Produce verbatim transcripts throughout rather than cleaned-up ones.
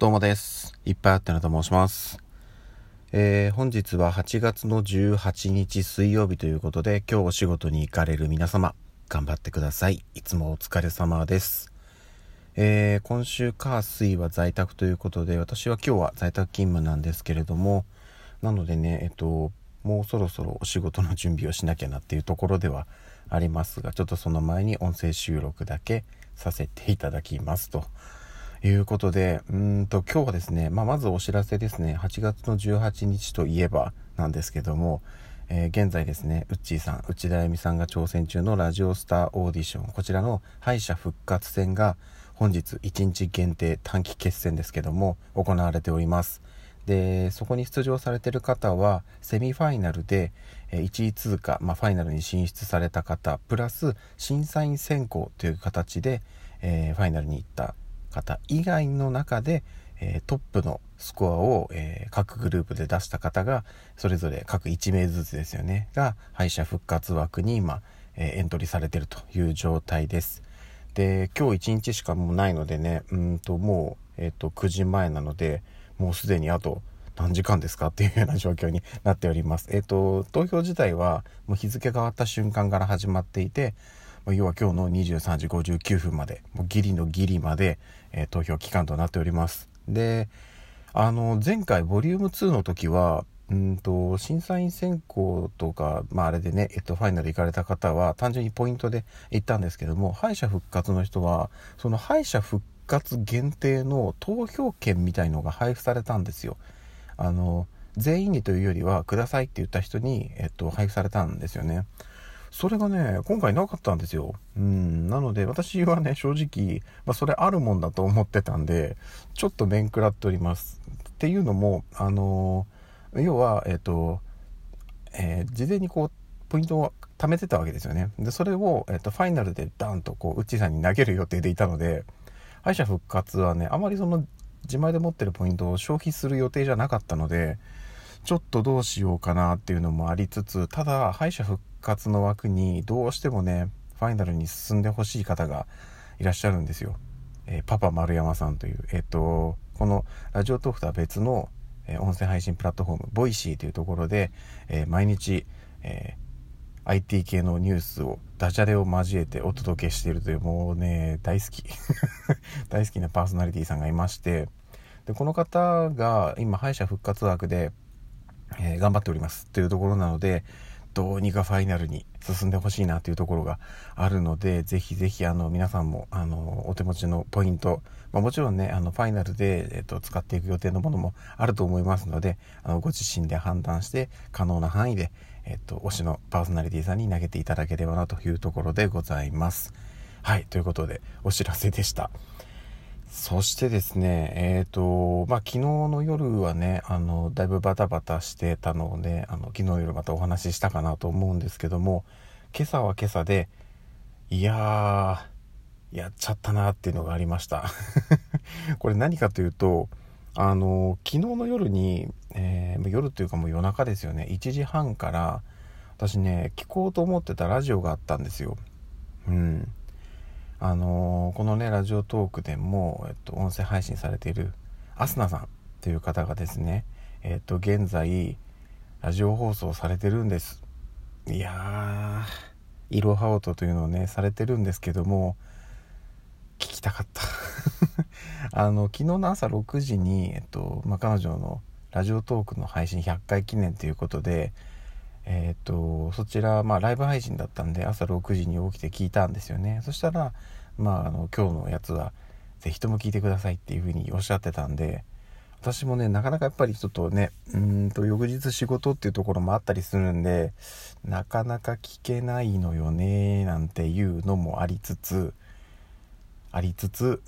どうもです。いっぱいあってなと申します。えー、本日ははちがつのじゅうはちにち水曜日ということで、今日お仕事に行かれる皆様、頑張ってください。いつもお疲れ様です。えー、今週火水は在宅ということで、私は今日は在宅勤務なんですけれども、なのでね、えっと、もうそろそろお仕事の準備をしなきゃなっていうところではありますが、ちょっとその前に音声収録だけさせていただきますと。いうことで、うーんと今日はですね、まあ、まずお知らせですね。はちがつのじゅうはちにちといえばなんですけども、えー、現在ですね、うっちーさん、内田あゆみさんが挑戦中のラジオスターオーディション、こちらの敗者復活戦が本日いちにち限定短期決戦ですけども行われております。で、そこに出場されている方はセミファイナルでいちい通過、まあ、ファイナルに進出された方プラス審査員選考という形で、えー、ファイナルに行った方以外の中で、えー、トップのスコアを、えー、各グループで出した方がそれぞれ各いちめいずつですよねが敗者復活枠に今、えー、エントリーされているという状態です。で、今日いちにちしかもうないのでね、うんともう、えー、とくじまえなのでもうすでにあと何時間ですかっていうような状況になっております。えっ、と投票自体はもう日付が変わった瞬間から始まっていて、要は今日のにじゅうさんじごじゅうきゅうふんまで、もうギリのギリまで、えー、投票期間となっております。で、あの前回ボリュームツーの時はうんと審査員選考とか、まあ、あれでね、えっと、ファイナル行かれた方は単純にポイントで行ったんですけども、敗者復活の人はその敗者復活限定の投票券みたいのが配布されたんですよ。あの全員にというよりはくださいって言った人に、えっと、配布されたんですよね。それがね今回なかったんですよ。うんなので私はね正直、まあ、それあるもんだと思ってたんでちょっと面食らっております。っていうのもあの要はえっ、と、えー、事前にこうポイントを貯めてたわけですよね。でそれを、えー、とファイナルでダンとこうウッチーさんに投げる予定でいたので、敗者復活はねあまりその自前で持ってるポイントを消費する予定じゃなかったので、ちょっとどうしようかなっていうのもありつつ、ただ敗者復活の枠にどうしてもねファイナルに進んでほしい方がいらっしゃるんですよ。えー、パパ丸山さんというえっとこのラジオトークとは別の、えー、音声配信プラットフォームボイシーというところで、えー、毎日、えー、アイティー 系のニュースをダジャレを交えてお届けしているという、もうね大好き大好きなパーソナリティさんがいまして、でこの方が今敗者復活枠でえー、頑張っておりますというところなので、どうにかファイナルに進んでほしいなというところがあるので、ぜひぜひあの皆さんもあのお手持ちのポイント、まあ、もちろんねあのファイナルで、えー、と使っていく予定のものもあると思いますので、あのご自身で判断して可能な範囲で、えー、と推しのパーソナリティさんに投げていただければなというところでございます。はい、ということでお知らせでした。そしてですね、えっと、まあ、昨日の夜はね、あの、だいぶバタバタしてたので、あの、昨日夜またお話ししたかなと思うんですけども、今朝は今朝で、いやー、やっちゃったなっていうのがありました。これ何かというと、あの、昨日の夜に、えー、夜というかもう夜中ですよね、いちじはんから、私ね、聞こうと思ってたラジオがあったんですよ。うん。あのー、このねラジオトークでも、えっと、音声配信されているアスナさんという方がですね、えっと、現在ラジオ放送されてるんです。いやー、いろは音というのをねされてるんですけども、聞きたかったあの昨日の朝ろくじに、えっとまあ、彼女のラジオトークの配信ひゃっかい記念ということで、えー、とそちら、まあ、ライブ配信だったんで朝ろくじに起きて聞いたんですよね。そしたら、まあ、あの今日のやつはぜひとも聞いてくださいっていう風におっしゃってたんで、私もねなかなかやっぱりちょっとねうーんと翌日仕事っていうところもあったりするんで、なかなか聞けないのよねなんていうのもありつつありつつ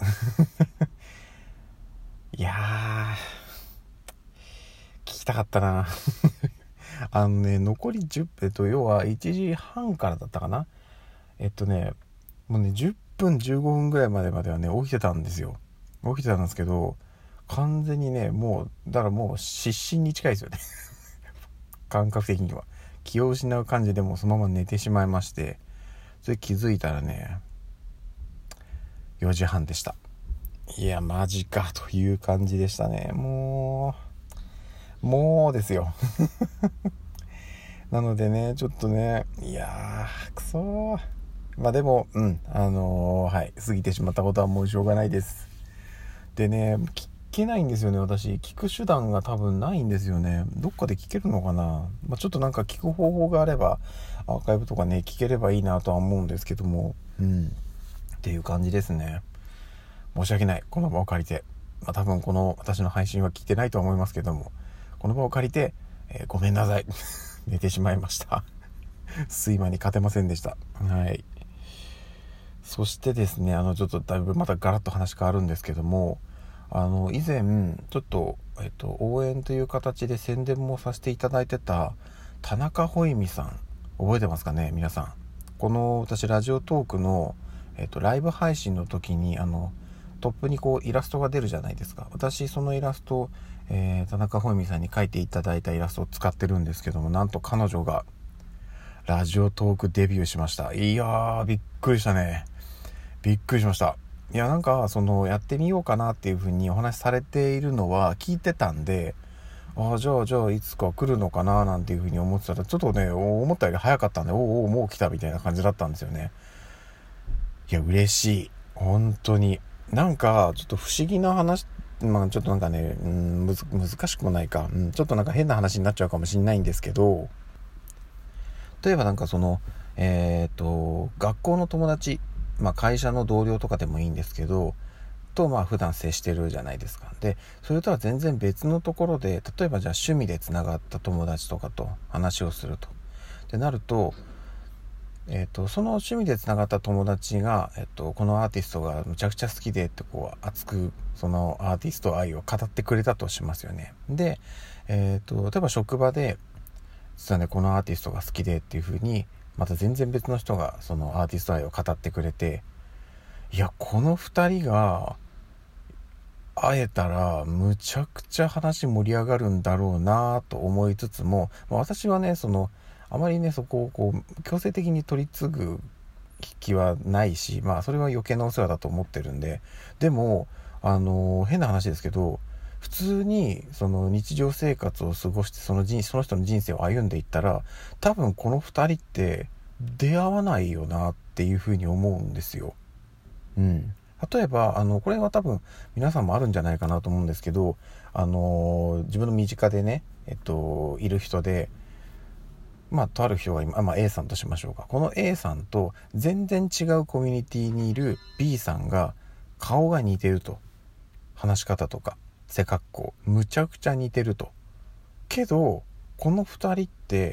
いやー聞きたかったなあのね残りじゅっぷん、えっと要はいちじはんからだったかな、えっとねもうねじゅっぷんじゅうごふんぐらいまでまではね起きてたんですよ。起きてたんですけど、完全にねもうだからもう失神に近いですよね感覚的には気を失う感じでもうそのまま寝てしまいまして、それ気づいたらねよじはんでした。 いやマジかという感じでしたね。もうもうですよなのでねちょっとねいやーくそーまあでもうんあのー、はい過ぎてしまったことはもうしょうがないです。でね聞けないんですよね。私聞く手段が多分ないんですよね。どっかで聞けるのかな、まあ、ちょっとなんか聞く方法があればアーカイブとかね聞ければいいなとは思うんですけども、うんっていう感じですね。申し訳ない。この場を借りて、まあ、多分この私の配信は聞いてないと思いますけども、この場を借りて、えー、ごめんなさい寝てしまいました睡魔に勝てませんでした。はい。そしてですね、あのちょっとだいぶまたガラッと話変わるんですけども、あの以前ちょっと、えっと、応援という形で宣伝もさせていただいてた田中穂美さん、覚えてますかね皆さん。この私ラジオトークの、えっと、ライブ配信の時にあのトップにこうイラストが出るじゃないですか。私そのイラスト、えー、田中穂美さんに描いていただいたイラストを使ってるんですけども、なんと彼女がラジオトークデビューしました。いやーびっくりしたね。びっくりしました。いやなんかそのやってみようかなっていう風にお話しされているのは聞いてたんで、ああじゃあじゃあいつか来るのかななんていう風に思ってたら、ちょっとね思ったより早かったんで、おおもう来たみたいな感じだったんですよね。いや嬉しい、本当に。なんかちょっと不思議な話、まあちょっとなんかね、うん、むず難しくもないか、うん、ちょっとなんか変な話になっちゃうかもしれないんですけど、例えばなんかそのえっと学校の友達、まあ会社の同僚とかでもいいんですけどと、まあ普段接してるじゃないですか。でそれとは全然別のところで、例えばじゃあ趣味でつながった友達とかと話をするとってなると、えーと、その趣味でつながった友達が、えーと、このアーティストがむちゃくちゃ好きでってこう熱くそのアーティスト愛を語ってくれたとしますよね。で、えーと、例えば職場で実はねこのアーティストが好きでっていう風にまた全然別の人がそのアーティスト愛を語ってくれて、いやこのふたりが会えたらむちゃくちゃ話盛り上がるんだろうなと思いつつも、私はねそのあまりねそこをこう強制的に取り継ぐ気はないし、まあそれは余計なお世話だと思ってるんで、でもあの変な話ですけど、普通にその日常生活を過ごしてその人その人の人生を歩んでいったら、多分このふたりって出会わないよなっていうふうに思うんですよ。うん。例えばあのこれは多分皆さんもあるんじゃないかなと思うんですけど、あの自分の身近でねえっといる人で、まあとある人が今、まあ、A さんとしましょうか。この A さんと全然違うコミュニティにいる B さんが顔が似てると、話し方とか背格好むちゃくちゃ似てると。けどこのふたりって、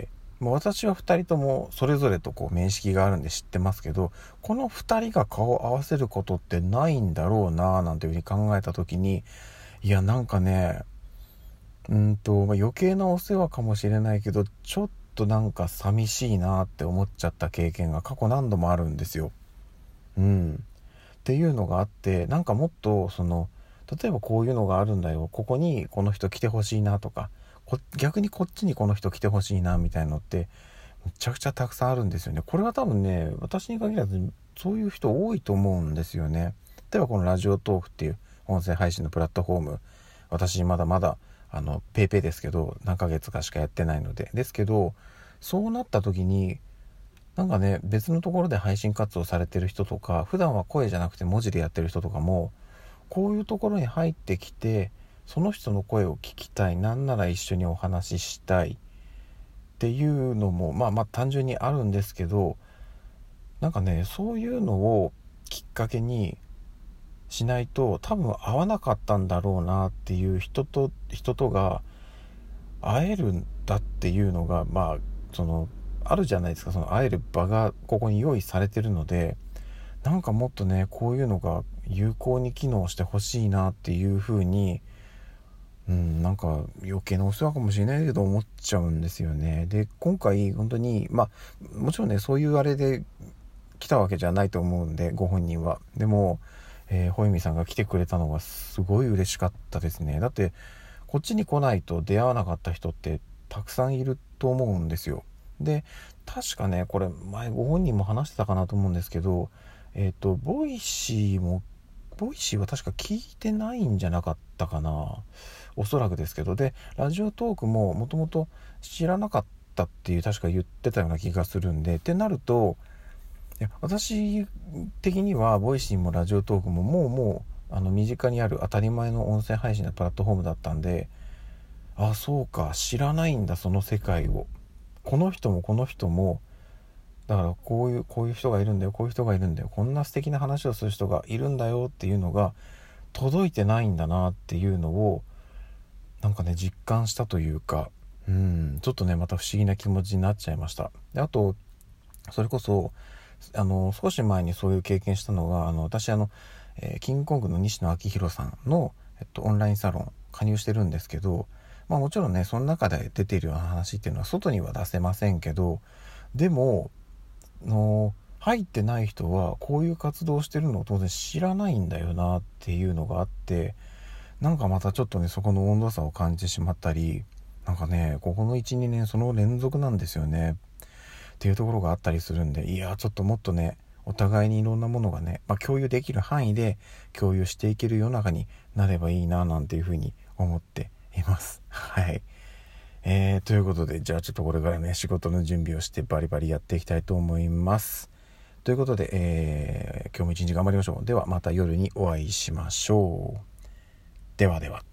もう私はふたりともそれぞれとこう面識があるんで知ってますけど、このふたりが顔を合わせることってないんだろうななんていうふうに考えた時に、いやなんかねうんと、まあ、余計なお世話かもしれないけど、ちょっとなんか寂しいなって思っちゃった経験が過去何度もあるんですよ。うん。っていうのがあって、なんかもっとその例えばこういうのがあるんだよ、ここにこの人来てほしいなとか、こ逆にこっちにこの人来てほしいなみたいなのってめちゃくちゃたくさんあるんですよね。これは多分ね私に限らずそういう人多いと思うんですよね。例えばこのラジオトークっていう音声配信のプラットフォーム、私まだまだあのペイペイですけど何ヶ月かしかやってないのでですけど、そうなった時になんかね別のところで配信活動されてる人とか、普段は声じゃなくて文字でやってる人とかもこういうところに入ってきてその人の声を聞きたい、なんなら一緒にお話ししたいっていうのもまあまあ単純にあるんですけど、なんかねそういうのをきっかけにしないと多分会わなかったんだろうなっていう人と人とが会えるんだっていうのが、まあそのあるじゃないですか。その会える場がここに用意されてるので、なんかもっとねこういうのが有効に機能してほしいなっていう風に、うん、なんか余計なお世話かもしれないけど思っちゃうんですよね。で今回本当にまあもちろんねそういうあれで来たわけじゃないと思うんでご本人は。でもえー、ホイミさんが来てくれたのがすごい嬉しかったですね。だってこっちに来ないと出会わなかった人ってたくさんいると思うんですよ。で確かねこれ前ご本人も話してたかなと思うんですけど、えっとボイシーもボイシーは確か聞いてないんじゃなかったかな、おそらくですけど。でラジオトークももともと知らなかったっていう確か言ってたような気がするんで、ってなるといや私的にはボイシーもラジオトークももうもうあの身近にある当たり前の音声配信のプラットフォームだったんで、あ、そうか、知らないんだその世界を。この人もこの人もだからこういうこういう人がいるんだよ、こういう人がいるんだよ、こんな素敵な話をする人がいるんだよっていうのが届いてないんだなっていうのをなんかね実感したというか、うんちょっとねまた不思議な気持ちになっちゃいました。であとそれこそあの少し前にそういう経験したのが、あの私あの、えー、キングコングの西野昭弘さんの、えっと、オンラインサロン加入してるんですけど、まあもちろんねその中で出ているような話っていうのは外には出せませんけど、でもの入ってない人はこういう活動をしてるのを当然知らないんだよなっていうのがあって、なんかまたちょっとねそこの温度差を感じてしまったり、なんかねここの いちにねんその連続なんですよねっていうところがあったりするんで、いやちょっともっとねお互いにいろんなものがね、まあ、共有できる範囲で共有していける世の中になればいいななんていうふうに思っていますはい。えー、ということでじゃあちょっとこれからね仕事の準備をしてバリバリやっていきたいと思います。ということで、えー、今日も一日頑張りましょう。ではまた夜にお会いしましょう。ではでは。